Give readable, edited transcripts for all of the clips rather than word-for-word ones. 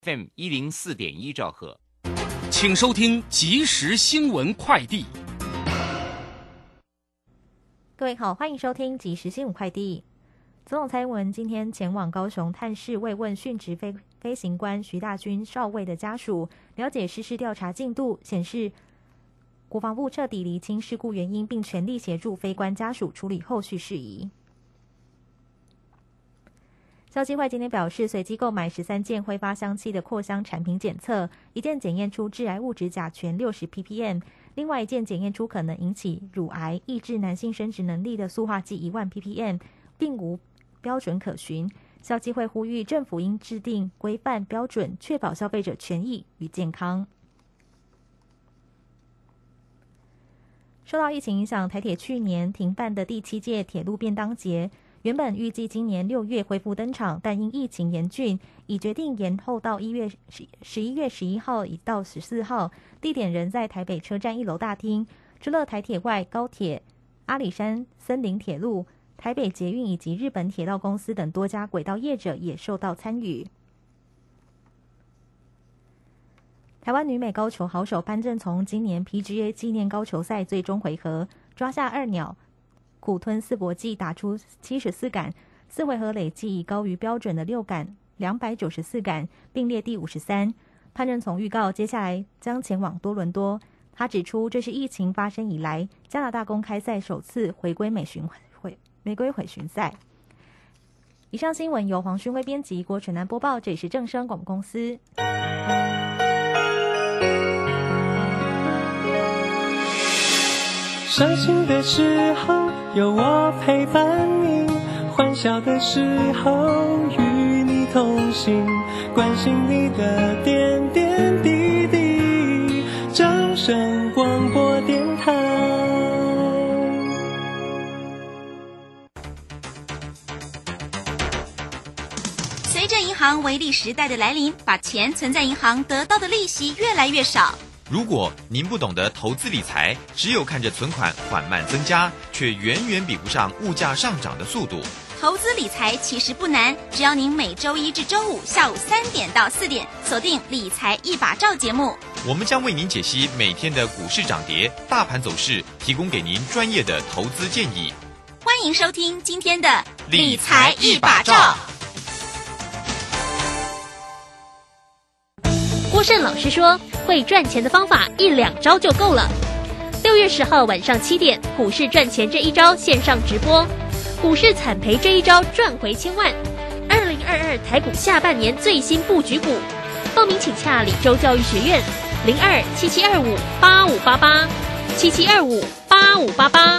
FM104.1兆赫。 请收听即时新闻快递。 各位好，欢迎收听即时新闻快递。总统蔡英文今天前往高雄探视慰问殉职飞行官徐大军少尉的家属，了解失事调查进度，显示国防部彻底厘清事故原因，并全力协助飞官家属处理后续事宜。消基会今天表示，随机购买13件挥发香气的扩香产品检测，1件检验出致癌物质甲醛60 ppm， 另外1件检验出可能引起乳癌、抑制男性生殖能力的塑化剂1万 ppm， 并无标准可循。消基会呼吁政府应制定规范标准，确保消费者权益与健康。受到疫情影响，台铁去年停办的第7届铁路便当节原本预计今年6月恢复登场，但因疫情严峻，已决定延后到11月11号到14号，地点仍在台北车站1楼大厅。除了台铁外，高铁、阿里山森林铁路、台北捷运以及日本铁道公司等多家轨道业者也受到参与。台湾女美高球好手潘正从今年 PGA 纪念高球赛最终回合抓下2鸟，苦吞4搏击，打出74杆，4回合累计已高于标准的6杆294杆，并列第53。潘正从预告接下来将前往多伦多。他指出，这是疫情发生以来加拿大公开赛首次回归美规回巡赛。以上新闻由黄勋威编辑，郭纯南播报，这里是正声广播公司。 伤心的时候有我陪伴你，欢笑的时候与你同行，关心你的点点滴滴。正声广播电台。 随着银行微利时代的来临，把钱存在银行得到的利息越来越少。 如果您不懂得投资理财，只有看着存款缓慢增加，却远远比不上物价上涨的速度。 投资理财其实不难，只要您每周1至周5下午3点到4点锁定理财一把照节目， 我们将为您解析每天的股市涨跌、大盘走势，提供给您专业的投资建议。 欢迎收听今天的理财一把照。 郭胜老师说，会赚钱的方法1、2招就够了。6月10号晚上7点，股市赚钱这一招线上直播，股市惨赔这一招赚回千万。2022台股下半年最新布局股，报名请洽李州教育学院02-7725-8588，7725-8588。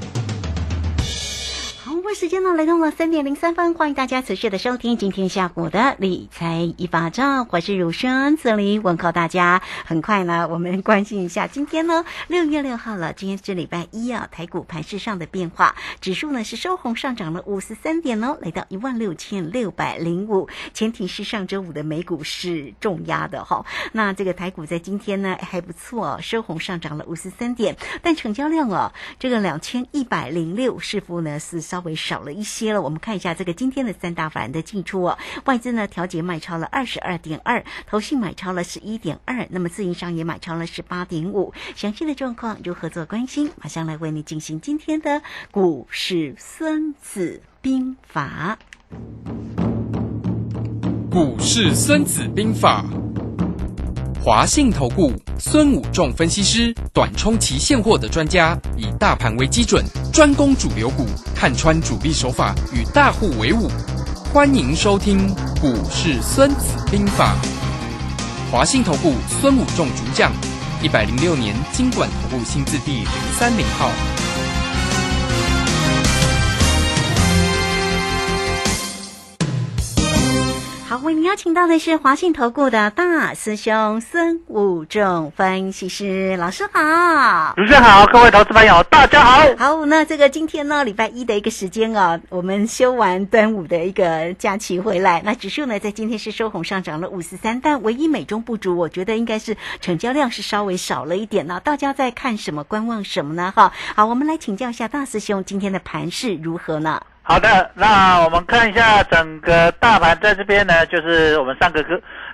时间呢来到了3点03分，欢迎大家持续的收听今天下午的理财一把照，我是如轩，这里问候大家。很快呢，我们关心一下今天呢6月6号了，今天是礼拜一啊，台股盘势上的变化，指数呢是收红上涨了53点哦，来到16605，前提是上周五的美股是重压的哈。那这个台股在今天呢还不错，收红上涨了53点，但成交量哦，这个2106似乎呢是稍微少了一些了。我们看一下这个今天的3大法人的进出哦，外资呢调节卖超了 22.2， 投信买超了 11.2， 那么自营商也买超了 18.5。 详细的状况如何做关心，马上来为你进行今天的股市孙子兵法。 股市孙子兵法，华信投顾孙武仲分析师，短冲期现货的专家，以大盘为基准，专攻主流股，看穿主力手法，与大户为伍。欢迎收听股市孙子兵法。华信投顾孙武仲主讲，106年金管投顾新字第030号。 好，为您邀请到的是华信投顾的大师兄孙武仲分析师老师好。 主持人好，各位投资朋友大家好。 好，那这个今天呢礼拜一的一个时间啊，我们休完端午的一个假期回来，那指数呢在今天是收红上涨了53，但唯一美中不足，我觉得应该是成交量是稍微少了一点呢。大家在看什么，观望什么呢？哈，好，我们来请教一下大师兄今天的盘势如何呢？ 好的，那我们看一下整个大盘在这边呢，就是我们上个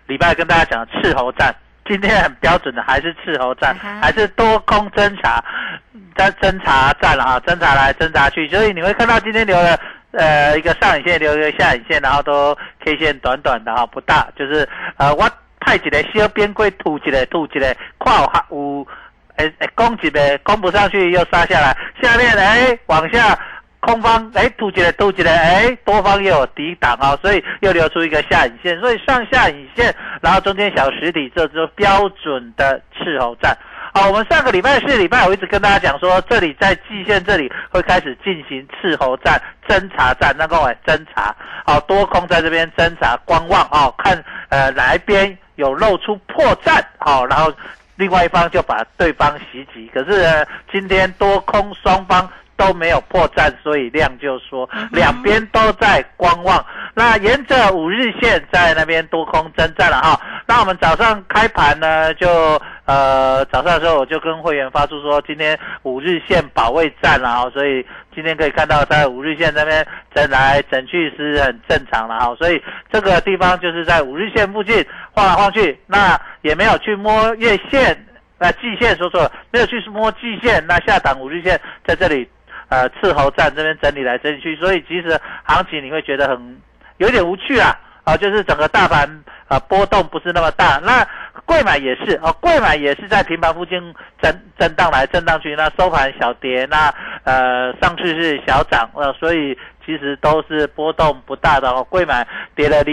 礼拜跟大家讲的斥候战，今天很标准的还是斥候战，还是多空侦查战了啊，侦查来侦查去，所以你会看到今天留了一个上影线，留一个下影线，然后都 K 线短短的哈，不大，就是我派一个小边柜吐一个，看有攻一个攻不上去又杀下来，下面往下。空方吐一个多方又有抵挡啊，所以又留出一个下影线，所以上下影线，然后中间小实体，这就是标准的斥候战。好，我们上个礼拜四、礼拜五一直跟大家讲说，这里在季线这里会开始进行斥候战、侦查战，那各位侦查，好，多空在这边侦查观望啊，看哪一边有露出破绽，好，然后另外一方就把对方袭击。可是呢，今天多空双方都没有破绽，所以量就说两边都在观望。那沿着5日线在那边多空征战了哈。那我们早上开盘呢，就早上的时候我就跟会员发出说，今天5日线保卫战了哈，所以今天可以看到在5日线那边整来整去是很正常了哈。所以这个地方就是在5日线附近晃来晃去，那也没有去摸月线。季线说错了，没有去摸季线，那下档5日线在这里斥候战这边整理来整理去，所以其实行情你会觉得有点无趣啊，就是整个大盘波动不是那么大。那柜买也是柜买也是在平盘附近震荡来震荡去，那收盘小跌，那上次是小涨，所以其实都是波动不大的柜买跌了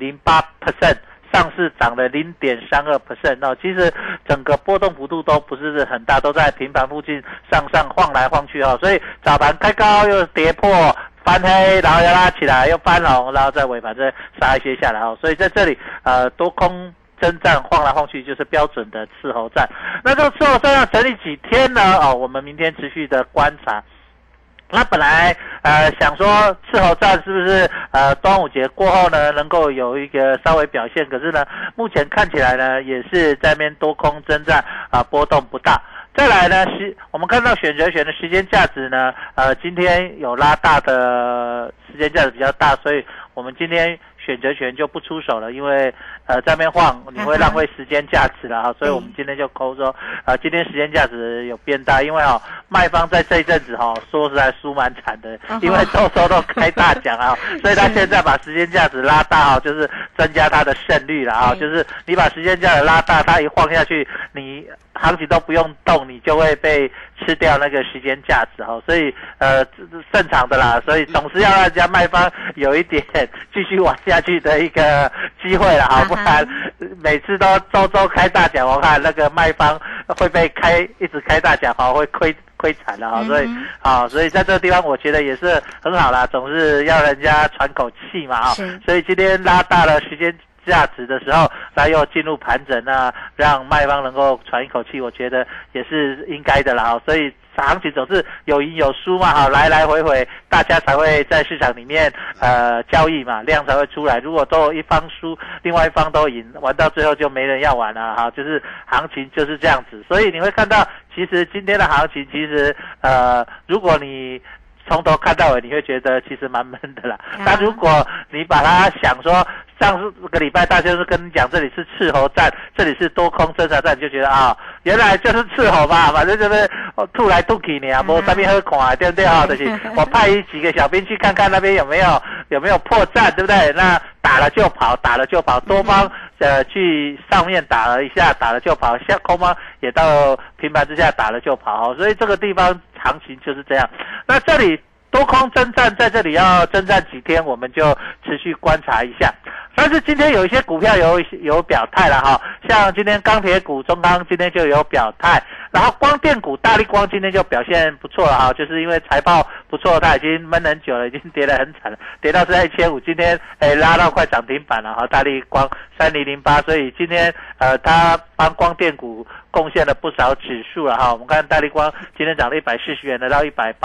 0.08%。上市涨了 0.32%， 其实整个波动幅度都不是很大，都在平盘附近上晃来晃去所以早盘开高又跌破翻黑，然后又拉起来又翻红，然后在尾盘再杀一些下来所以在这里多空征战晃来晃去就是标准的斥候战。那这个斥候战要整理几天呢？我们明天持续的观察。那本来想说斥候战是不是端午节过后呢能够有一个稍微表现，可是呢目前看起来呢也是在那边多空征战波动不大。再来呢我们看到选择权的时间价值呢今天有拉大的时间价值比较大，所以我们今天选择权就不出手了，因为在那边晃你会浪费时间价值了所以我们今天就扣说今天时间价值有变大，因为卖方在这一阵子说实在输蛮惨的，因为周都开大奖所以他现在把时间价值拉大就是增加他的胜率了就是你把时间价值拉大，他一晃下去你行情都不用动，你就会被吃掉那个时间价值所以正常的啦，所以总是要让人家卖方有一点继续玩下去的一个机会啦不然每次都周开大奖，我看那个卖方会被一直开大奖会亏惨了所以在这个地方我觉得也是很好啦，总是要人家喘口气嘛所以今天拉大了时间价值的时候，那又进入盘整让卖方能够喘一口气，我觉得也是应该的啦所以行情总是有赢有输嘛来来回回大家才会在市场里面交易嘛，量才会出来。如果都有一方输，另外一方都赢，玩到最后就没人要玩了就是行情就是这样子。所以你会看到其实今天的行情其实如果你从头看到尾，你会觉得其实蛮闷的啦但如果你把它想说上个礼拜大家就是跟你讲这里是斥候战，这里是多空侦查战，你就觉得原来就是斥候吧，反正就是吐来吐去呢没什么好看对不对就是我派几个小兵去看看那边有没有破绽，对不对？那打了就跑，多方去上面打了一下，打了就跑，下空方也到平盘之下打了就跑所以这个地方行情就是这样。那这里多空征战在这里要征战几天，我们就持续观察一下。但是今天有一些股票有表态了像今天钢铁股中钢今天就有表态，然后光电股大立光今天就表现不错了就是因为财报不错，它已经闷很久了，已经跌得很惨了，跌到在1500，今天拉到快涨停板了大立光3008，所以今天它帮光电股贡献了不少指数了我们看大立光今天涨了140元，来到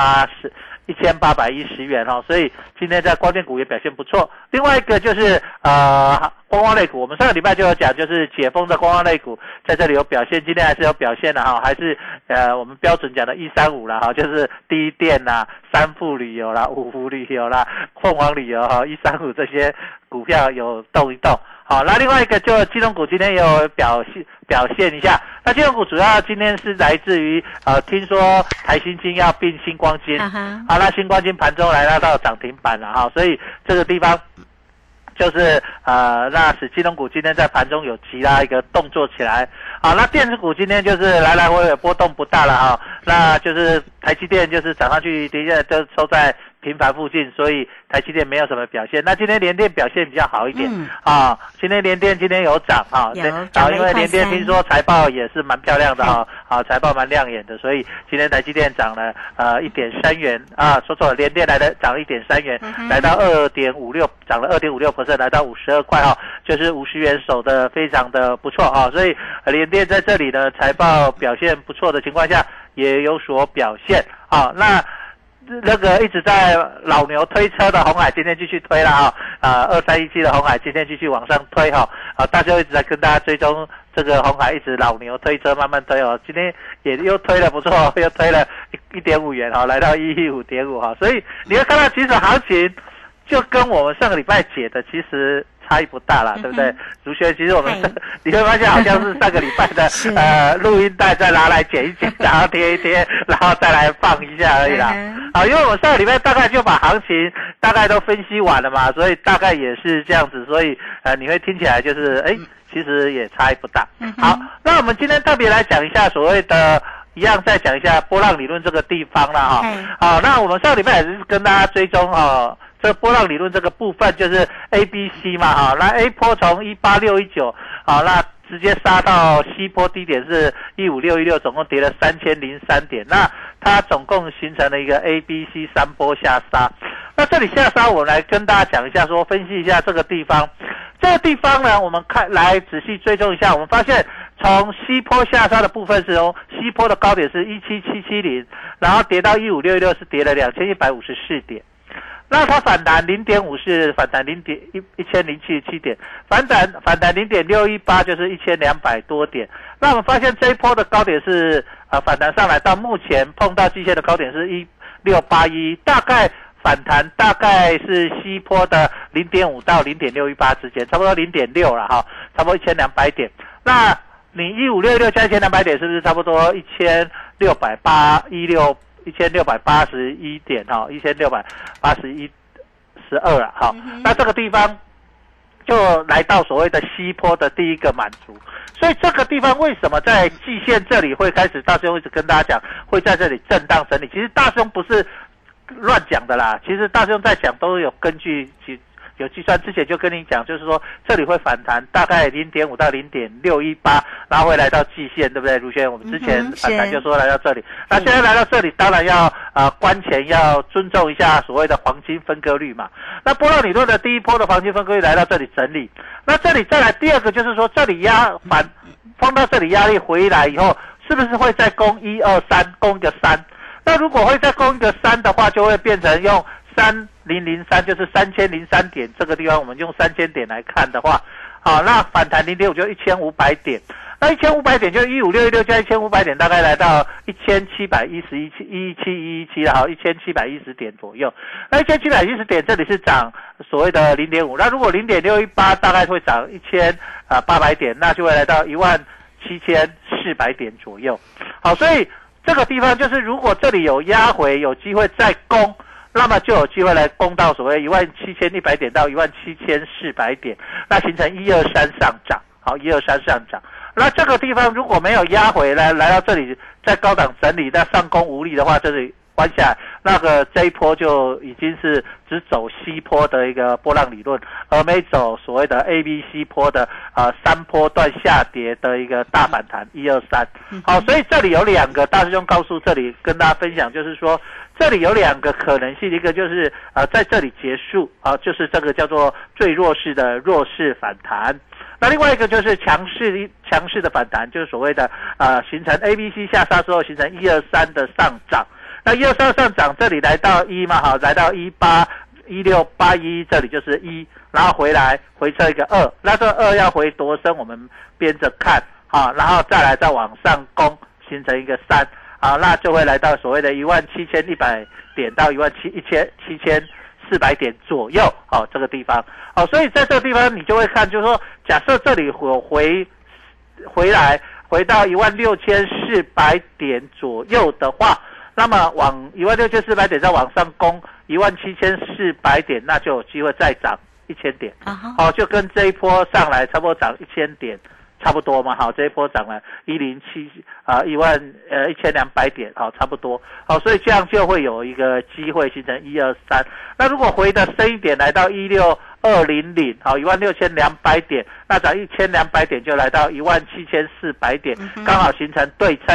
1810元所以今天在光电股也表现不错。另外一个就是观光类股，我们上个礼拜就有讲，就是解封的观光类股在这里有表现，今天还是有表现的还是我们标准讲的135啦就是第一电啦、三富旅游啦、五福旅游啦、凤凰旅游135这些股票有动一动好，那另外一个就金融股今天也有表现一下。那金融股主要今天是来自于听说台新金要并新光金，好，那新光金盘中来到涨停板了哈，所以这个地方就是那使金融股今天在盘中有其他一个动作起来。好，那电子股今天就是来回回波动不大了哈，那就是台积电就是涨上去，的确就收在平盘附近，所以台积电没有什么表现。那今天联电表现比较好一点今天联电今天有涨因为联电听说财报也是蛮漂亮的财报蛮亮眼的，所以今天台积电涨了1.3元说错了，联电涨了1.3元，来到2.56，涨了2.56%，来到52块就是50元守的非常的不错所以联电在这里呢财报表现不错的情况下也有所表现那个一直在老牛推车的鸿海今天继续推了2317的鸿海今天继续往上推大家一直在跟大家追踪这个鸿海一直老牛推车慢慢推今天也又推了不错，又推了1.5元来到115.5所以你会看到其实行情就跟我们上个礼拜解的其实差异不大啦，对不对？如轩，其实我们你会发现好像是上个礼拜的录音带再拿来剪一剪，然后贴一贴，然后再来放一下而已啦。因为我上个礼拜大概就把行情大概都分析完了嘛，所以大概也是这样子，所以你会听起来就是其实也差异不大。好，那我们今天特别来讲一下所谓的一样再讲一下波浪理论这个地方啦那我们上个礼拜也是跟大家追踪这个波浪理论这个部分就是 ABC 嘛那 A 波从18619那直接杀到 C 波低点是15616，总共跌了3003点，那它总共形成了一个 ABC 3波下杀。那这里下杀我来跟大家讲一下说分析一下这个地方。这个地方呢我们来仔细追踪一下，我们发现从 C 波下杀的部分是C 波的高点是17770，然后跌到15616是跌了2154点。那它反弹 0.5 是反弹1077点，反弹 0.618 就是1200多点。那我们发现这一波的高点是反弹上来到目前碰到季线的高点是1681，大概反弹大概是西波的 0.5 到 0.618 之间，差不多 0.6 了差不多1200点。那你1566加1200点是不是差不多1681点1681.12了那这个地方就来到所谓的西波的第一个满足，所以这个地方为什么在季线这里会开始大师兄一直跟大家讲会在这里震荡整理，其实大师兄不是乱讲的啦，其实大师兄在讲都有根据有计算，之前就跟你讲，就是说这里会反弹大概 0.5 到 0.618， 然后会来到季线，对不对？如轩，我们之前反弹就说来到这里，那现在来到这里，当然要关前要尊重一下所谓的黄金分割率嘛。那波浪理论的第一波的黄金分割率来到这里整理，那这里再来第二个就是说这里碰到这里压力回来以后，是不是会再攻1、2、3，攻一个3？那如果会再攻一个3的话，就会变成用3003，就是3003点这个地方，我们用3000点来看的话，那反弹 0.5 就1500点，那1500点就15616加1500点，大概来到1711.117了，1710点左右。那1710点这里是涨所谓的 0.5， 那如果 0.618 大概会涨1800点，那就会来到17400点左右。好，所以这个地方就是如果这里有压回，有机会再攻，那么就有机会来攻到所谓17100点到17400点，那形成123上涨。好，123上涨。那这个地方如果没有压回来到这里，在高档整理，那上攻无力的话，这里弯下来，那个这一波就已经是只走西波的一个波浪理论，而没走所谓的 ABC 波的3波段下跌的一个大反弹123。好，所以这里有两个大师兄告诉这里跟大家分享，就是说这里有两个可能性，一个就是在这里结束就是这个叫做最弱势的弱势反弹。那另外一个就是强势的反弹，就是所谓的形成 ABC 下杀之后形成123的上涨。那123上涨，这里来到1嘛，好，来到1681，这里就是1，然后回来回撤一个2，那这2要回多深，我们编着看，好，然后再往上攻，形成一个3，好，那就会来到所谓的17100点到17400 400点左右这个地方所以在这个地方你就会看，就是说假设这里回来回到16400点左右的话，那么往16400点再往上攻17400点，那就有机会再涨1000点就跟这一波上来差不多涨1000点差不多嘛，这一波涨了11200点差不多所以这样就会有一个机会形成123。那如果回得深一点，来到16200 16200点，那涨1200点就来到17400点，刚好形成对称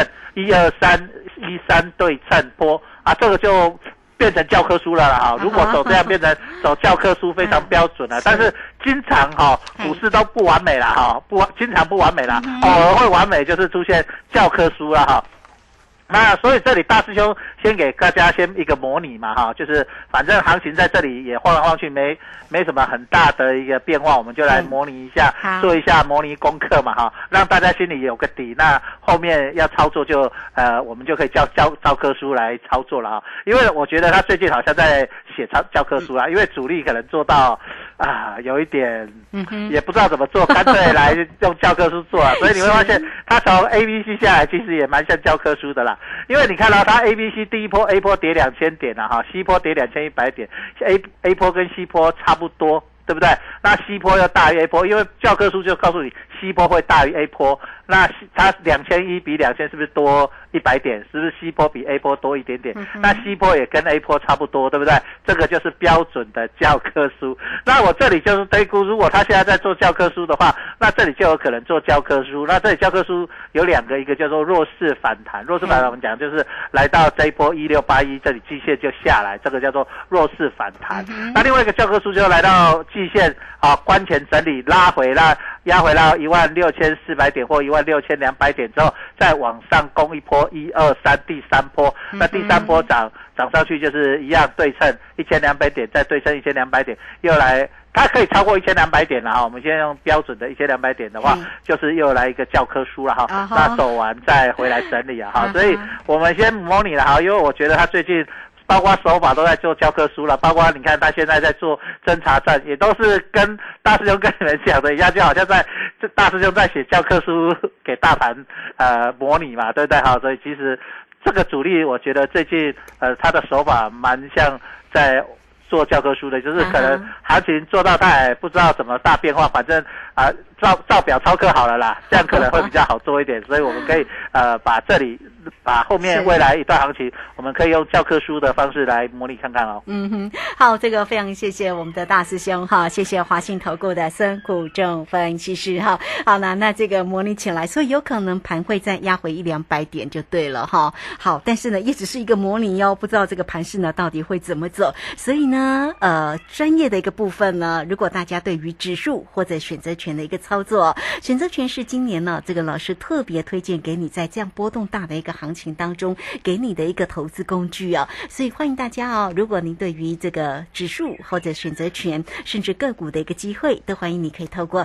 123对称波这个就变成教科书了啦如果走这样变成走教科书非常标准了，但是经常股市都不完美啦经常不完美啦偶尔会完美，就是出现教科书啦那所以这里大师兄先给大家先一个模拟嘛就是反正行情在这里也晃来晃去，没什么很大的一个变化，我们就来模拟一下做一下模拟功课嘛让大家心里有个底，那后面要操作就我们就可以教科书来操作了因为我觉得他最近好像在写教科书因为主力可能做到有一点也不知道怎么做，干脆来用教科书做所以你会发现他从 ABC 下来其实也蛮像教科书的啦，因为你看到它 ABC 第一波 A 波跌2000点C 波跌2100点，A 波跟 C 波差不多，对不对？那 C 波要大于 A 波，因为教科书就告诉你 C 波会大于 A 波，那它2100比2000是不是多100点？是不是 C 波比 A 波多一点点？那 C 波也跟 A 波差不多，对不对？这个就是标准的教科书。那我这里就是推估，如果他现在在做教科书的话，那这里就有可能做教科书。那这里教科书有2个，一个叫做弱势反弹，弱势反弹我们讲就是来到这一波1681这里季线就下来，这个叫做弱势反弹。那另外一个教科书就来到季线关前整理拉回压回到16400点或16200点之后，再往上攻一波123第3波，那第3波涨上去就是一样对称1200点，再对称1200点，又来它可以超过1200点了我们现在用标准的1200点的话，就是又来一个教科书了那走完再回来整理所以我们先模拟了因为我觉得他最近包括手法都在做教科书了，包括你看他现在在做侦查战，也都是跟大师兄跟你们讲的一样，就好像大师兄在写教科书给大盘模拟嘛，对不对所以其实这个主力我觉得最近他的手法蛮像在做教科书的，就是可能行情做到他也不知道怎么大变化，反正照表操课好了啦，这样可能会比较好做一点，所以我们可以把后面未来一段行情，我们可以用教科书的方式来模拟看看好，这个非常谢谢我们的大师兄谢谢华信投顾的孙谷仲分析师好，那这个模拟起来，所以有可能盘会再压回100-200点就对了好，但是呢也只是一个模拟不知道这个盘势呢到底会怎么走，所以呢专业的一个部分呢，如果大家对于指数或者选择权的一个操作，选择权是今年呢这个老师特别推荐给你，在这样波动大的一个行情当中给你的一个投资工具所以欢迎大家如果您对于这个指数或者选择权甚至个股的一个机会，都欢迎你可以透过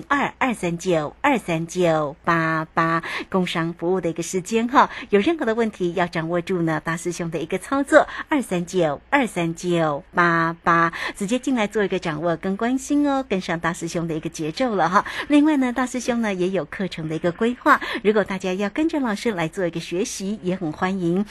02-239-23988工商服务的一个时间有任何的问题要掌握住呢大师兄的一个操作239-23988直接进来做一个掌握跟关心跟上大师兄的一个节奏了另外呢大师兄呢也有课程的一个规划，如果大家要跟着老师来做一个学习，也很欢迎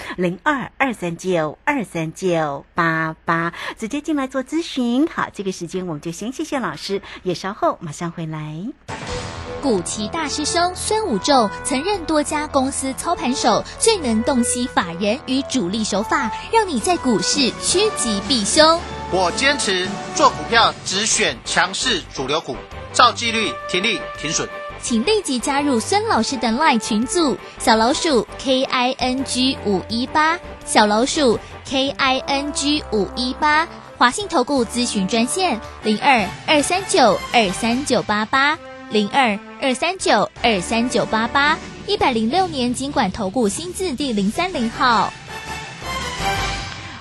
02-239-23988直接进来做咨询。好，这个时间我们就先谢谢老师，也稍后马上回来。 古奇大师兄孙武仲曾任多家公司操盘手，最能洞悉法人与主力手法，让你在股市趋吉避凶。 我坚持做股票只选强势主流股，照纪律停利停损。 请立即加入孙老师的 LINE 群组，小老鼠 KING518， 小老鼠 KING518， 华信投顾咨询专线02-239-23988 02-239-23988， 106年金管投顾新字第030号。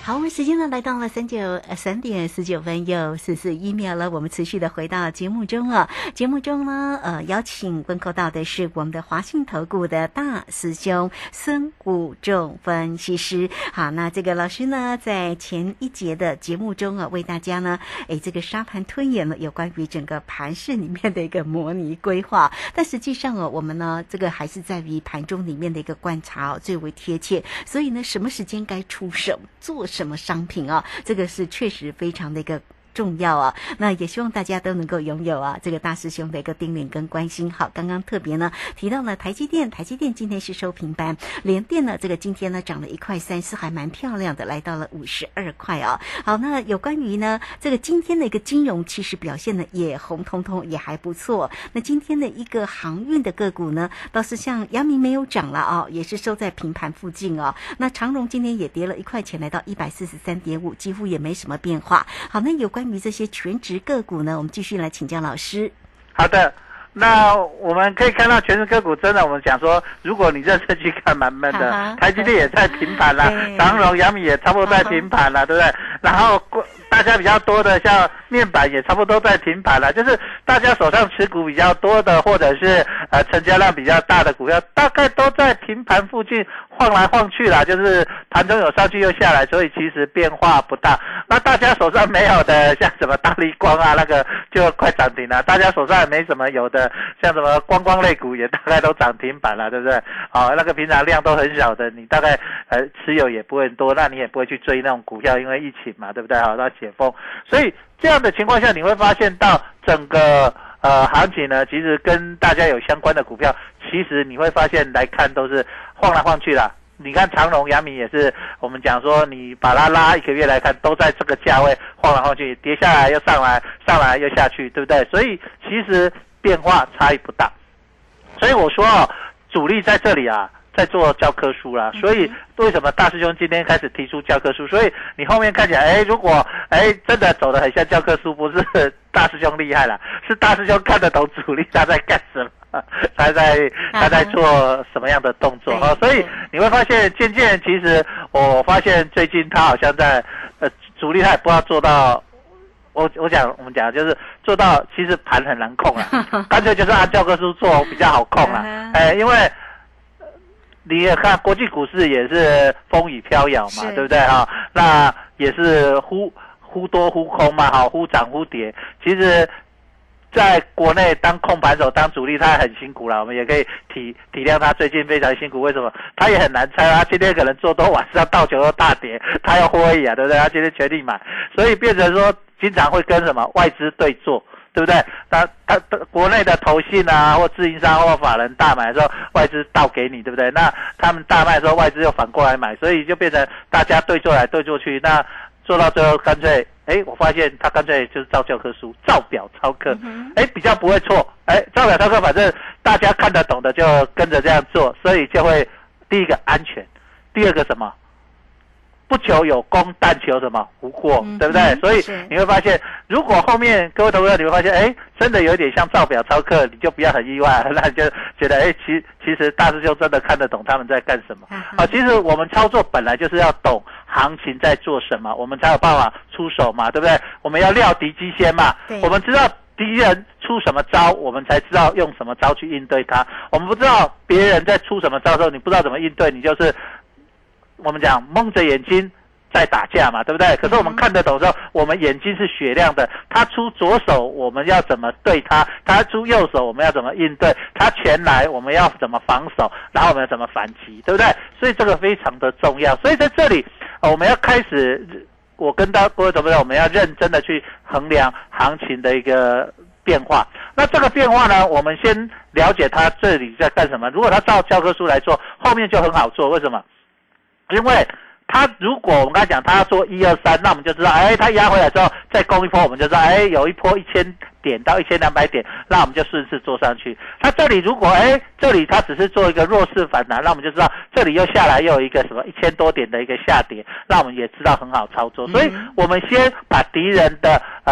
好，我们时间呢来到了3点49分又44秒了，我们持续的回到节目中了。节目中呢，邀请问候到的是我们的华信投顾的大师兄孙武仲分析师。好，那这个老师呢，在前一节的节目中啊，为大家呢，这个沙盘推演了有关于整个盘势里面的一个模拟规划，但实际上我们呢，这个还是在于盘中里面的一个观察最为贴切。所以呢，什么时间该出手，做什么商品啊，这个是确实非常的一个重要啊。那也希望大家都能够拥有这个大师兄的一个叮咛跟关心。好，刚刚特别呢提到了台积电今天是收平盘，联电呢这个今天呢涨了1块3，是还蛮漂亮的，来到了52块啊。好，那有关于呢这个今天的一个金融，其实表现呢也红彤彤，也还不错。那今天的一个航运的个股呢，倒是像阳明没有涨了也是收在平盘附近那长荣今天也跌了1块钱，来到143.5，几乎也没什么变化。好，那有关于这些全职个股呢，我们继续来请教老师。 好的，那我们可以看到全职个股真的，我们讲说，如果你认真去看，慢慢的，台积电也在平盘啦，长荣、阳明也差不多在平盘啦，对不对？然后大家比较多的像面板也差不多在平盘啦，就是大家手上持股比较多的，或者是成交量比较大的股票，大概都在平盘附近晃来晃去啦，就是盘中有上去又下来，所以其实变化不大。那大家手上没有的，像什么大立光啊，那个就快涨停了。大家手上也没什么有的，像什么观光类股也大概都涨停板了，对不对？那个平常量都很小的，你大概持有也不会很多，那你也不会去追那种股票，因为疫情嘛，对不对？那解封，所以这样的情况下，你会发现到整个行情呢，其实跟大家有相关的股票，其实你会发现来看都是晃来晃去啦。你看长荣、阳明也是，我们讲说你把它拉1个月来看，都在这个价位晃来晃去，跌下来又上来，上来又下去，对不对？所以其实变化差异不大。所以我说主力在这里在做教科书啦，所以为什么大师兄今天开始提出教科书？所以你后面看起来，如果真的走得很像教科书，不是大师兄厉害啦，是大师兄看得懂主力他在干什么，他在做什么样的动作所以你会发现，渐渐其实我发现最近他好像在主力他也不知道做到。我们讲就是做到，其实盘很难控啦，干脆就是按教科书做比较好控啦。因为你也看国际股市也是风雨飘摇嘛，对不对那也是忽多忽空嘛，忽涨忽跌。其实在国内当控盘手当主力他很辛苦啦，我们也可以体谅他最近非常辛苦。为什么？他也很难猜，他今天可能做多，晚上道琼又大跌，他要获益对不对？他今天全力买，所以变成说经常会跟什么外资对做，对不对？他国内的投信或自营商或法人大买的时候，外资倒给你，对不对？那他们大卖的时候，外资又反过来买，所以就变成大家对做来对做去，那做到最后干脆我发现他干脆就是照教科书，照表操课比较不会错照表操课，反正大家看得懂的就跟着这样做，所以就会第一个安全，第二个什么？不求有功，但求什么无过，对不对？所以你会发现，如果后面各位投资者你会发现，真的有点像照表操课，你就不要很意外，那你就觉得，其实大师兄真的看得懂他们在干什么。其实我们操作本来就是要懂行情在做什么，我们才有办法出手嘛，对不对？我们要料敌机先嘛，我们知道敌人出什么招，我们才知道用什么招去应对他。我们不知道别人在出什么招的时候，你不知道怎么应对，你就是我们讲蒙着眼睛在打架嘛，对不对？可是我们看得懂的时候，我们眼睛是雪亮的。他出左手，我们要怎么对他？他出右手，我们要怎么应对？他前来，我们要怎么防守？然后我们要怎么反击，对不对？所以这个非常的重要。所以在这里，我们要开始，我跟各位投资者，我们要认真的去衡量行情的一个变化。那这个变化呢，我们先了解他这里在干什么。如果他照教科书来做，后面就很好做。为什么？因为他如果我们刚才讲他要做1、2、3，那我们就知道，他压回来之后再攻一波，我们就知道，有一波1000点到1200点，那我们就顺势做上去。那这里如果这里他只是做一个弱势反弹，那我们就知道这里又下来又有一个什么1000多点的一个下跌，那我们也知道很好操作。所以我们先把敌人的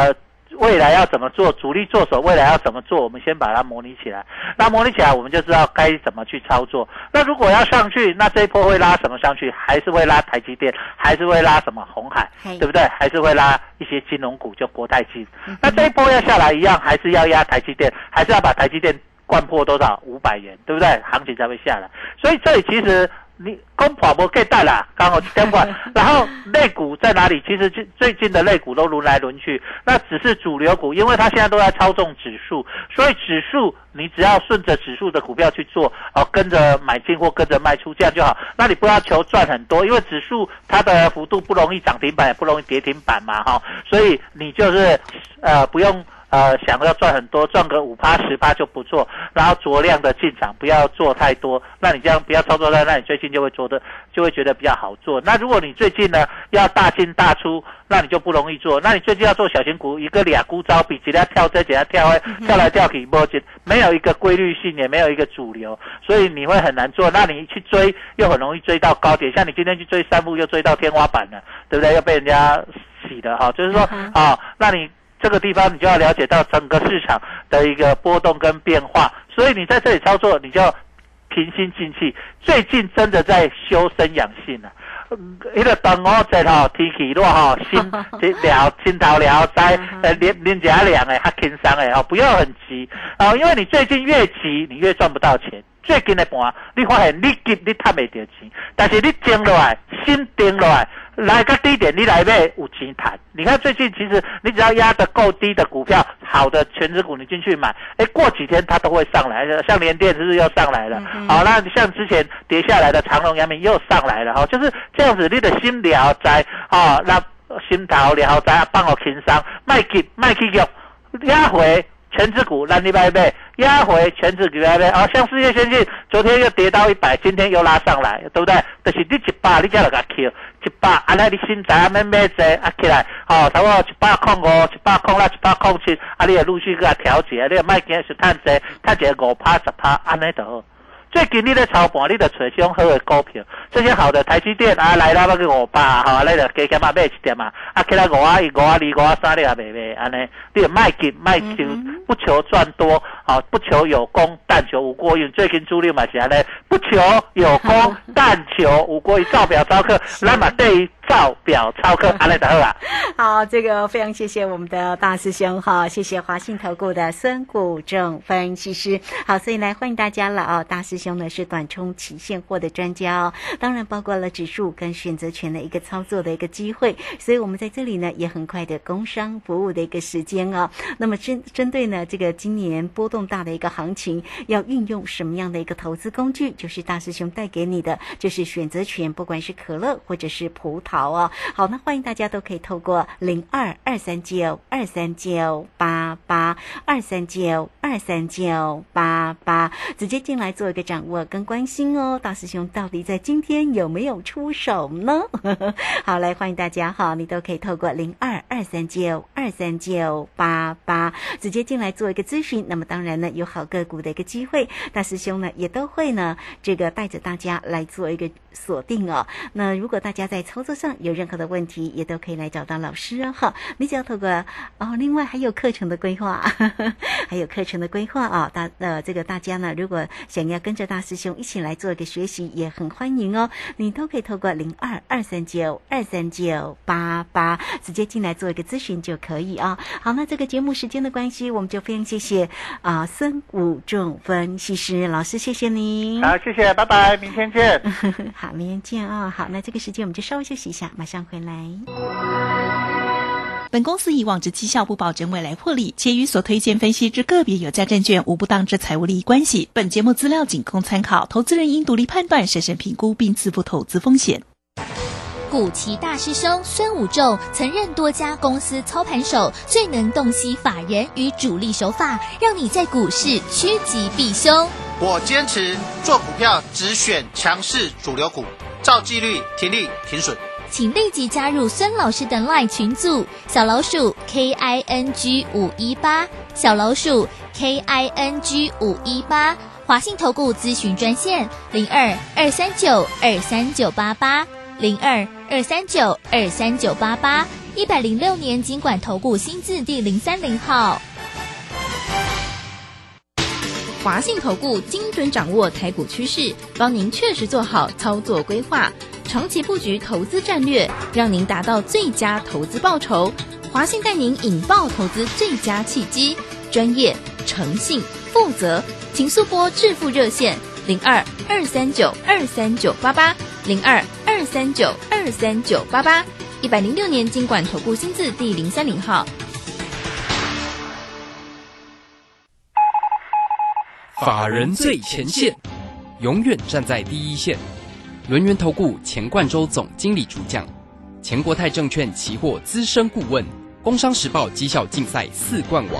未来要怎么做，主力做手未来要怎么做，我们先把它模拟起来。那模拟起来，我们就知道该怎么去操作。那如果要上去，那这一波会拉什么上去？还是会拉台积电，还是会拉什么鸿海，对不对？还是会拉一些金融股，就国泰金。那这一波要下来一样，还是要压台积电，还是要把台积电灌破多少？500元，对不对？行情才会下来。所以这里其实你公跑不给带啦，刚好1点然后类股在哪里？其实最近的类股都轮来轮去，那只是主流股，因为它现在都在操纵指数，所以指数你只要顺着指数的股票去做，跟着买进或跟着卖出，这样就好。那你不要求赚很多，因为指数它的幅度不容易涨停板，也不容易跌停板嘛，所以你就是不用。想要赚很多，赚个5%、10%就不错，然后酌量的进场，不要做太多。那你这样不要操作那你最近就会觉得比较好做。那如果你最近呢要大进大出，那你就不容易做。那你最近要做小型股，一个俩股招比几条跳这几条跳来跳去，没有一个规律性，也没有一个主流，所以你会很难做。那你去追又很容易追到高点，像你今天去追3步又追到天花板了，对不对？又被人家洗了哈，就是说那你。这个地方你就要了解到整个市场的一个波动跟变化，所以你在这里操作，你就要平心静气。最近真的在修身养性啊，那个端午节天气热心头聊斋，啉一下凉的，较轻松的不要很急因为你最近越急，你越赚不到钱。最近的盘，你发现你急你赚不到钱，但是你静下来，心定下来。来个低点，你来买有钱谈。你看最近其实你只要压得够低的股票，好的全指股你进去买，过几天它都会上来。像联电是不是又上来了？好，那像之前跌下来的长荣、阳明又上来了就是这样子，你的心聊斋那心头聊斋放好轻松，卖去用压回。全指股让你买，压回全指股买。像世界先进昨天又跌到100，今天又拉上来，对不对？就是你100，你才落甲扣100，安尼你心知买济起来，差不多105、107，你也陆续给它调节，你也卖惊是赚济，赚一个5%、10%，安尼就好。最近你在操盘，你就找这种好的股票，这些好的台积电来啦，要去500你就加减买一点起来521、522、523你也卖，安尼你就卖急卖求，不求赚多，不求有功，但求无过。因为最近主流嘛是安尼，不求有功，但求无过。照表操课，咱嘛对于照表操课，安尼就好啦。 好，这个非常谢谢我们的大师兄谢谢华信投顾的孙谷正分析师。好，所以来欢迎大家了大师兄呢是短冲期现货的专家当然包括了指数跟选择权的一个操作的一个机会，所以我们在这里呢也很快的工商服务的一个时间那么针对呢这个今年波动大的一个行情，要运用什么样的一个投资工具，就是大师兄带给你的，就是选择权，不管是可乐或者是葡萄好，那欢迎大家都可以透过02-239-23988直接进来做一个掌握跟关心大师兄到底在今天有没有出手呢？好，来欢迎大家你都可以透过02-239-23988直接进来做一个咨询。那么当然呢有好个股的一个机会，大师兄呢也都会呢这个带着大家来做一个锁定那如果大家在操作上有任何的问题，也都可以来找到老师你只要透过另外还有课程的规划这个大家呢如果想要跟着大师兄一起来做一个学习，也很欢迎你都可以透过02-239-23988直接进来做一个咨询就可以好，那这个节目时间的关系，我们就非常谢谢孙谷仲分析师老师，谢谢您。 好，谢谢，拜拜，明天见。 好，明天见好，那这个时间我们就稍微休息一下，马上回来。 本公司以往之绩效不保证未来获利，且与所推荐分析之个别有价证券无不当之财务利益关系。本节目资料仅供参考，投资人应独立判断、审慎评估并自负投资风险。 股期大师兄孙武仲曾任多家公司操盘手，最能洞悉法人与主力手法，让你在股市趋吉避凶。 我坚持做股票只选强势主流股，照纪律停利停损。 请立即加入孙老师的 LINE 群组，小老鼠 KING518， 小老鼠 KING518， 华信投顾咨询专线02-239-23988，02-239-23988， 106年金管投顾新字第030号。华信投顾精准掌握台股趋势，帮您确实做好操作规划，长期布局投资战略，让您达到最佳投资报酬。华信带您引爆投资最佳契机，专业、诚信、负责，请速拨致富热线02-239-23988 02-239-23988。106年金管投顾新字第030号。 法人最前线，永远站在第一线。轮源投顾钱冠洲总经理主讲，前国泰证券期货资深顾问，工商时报绩效竞赛4冠王。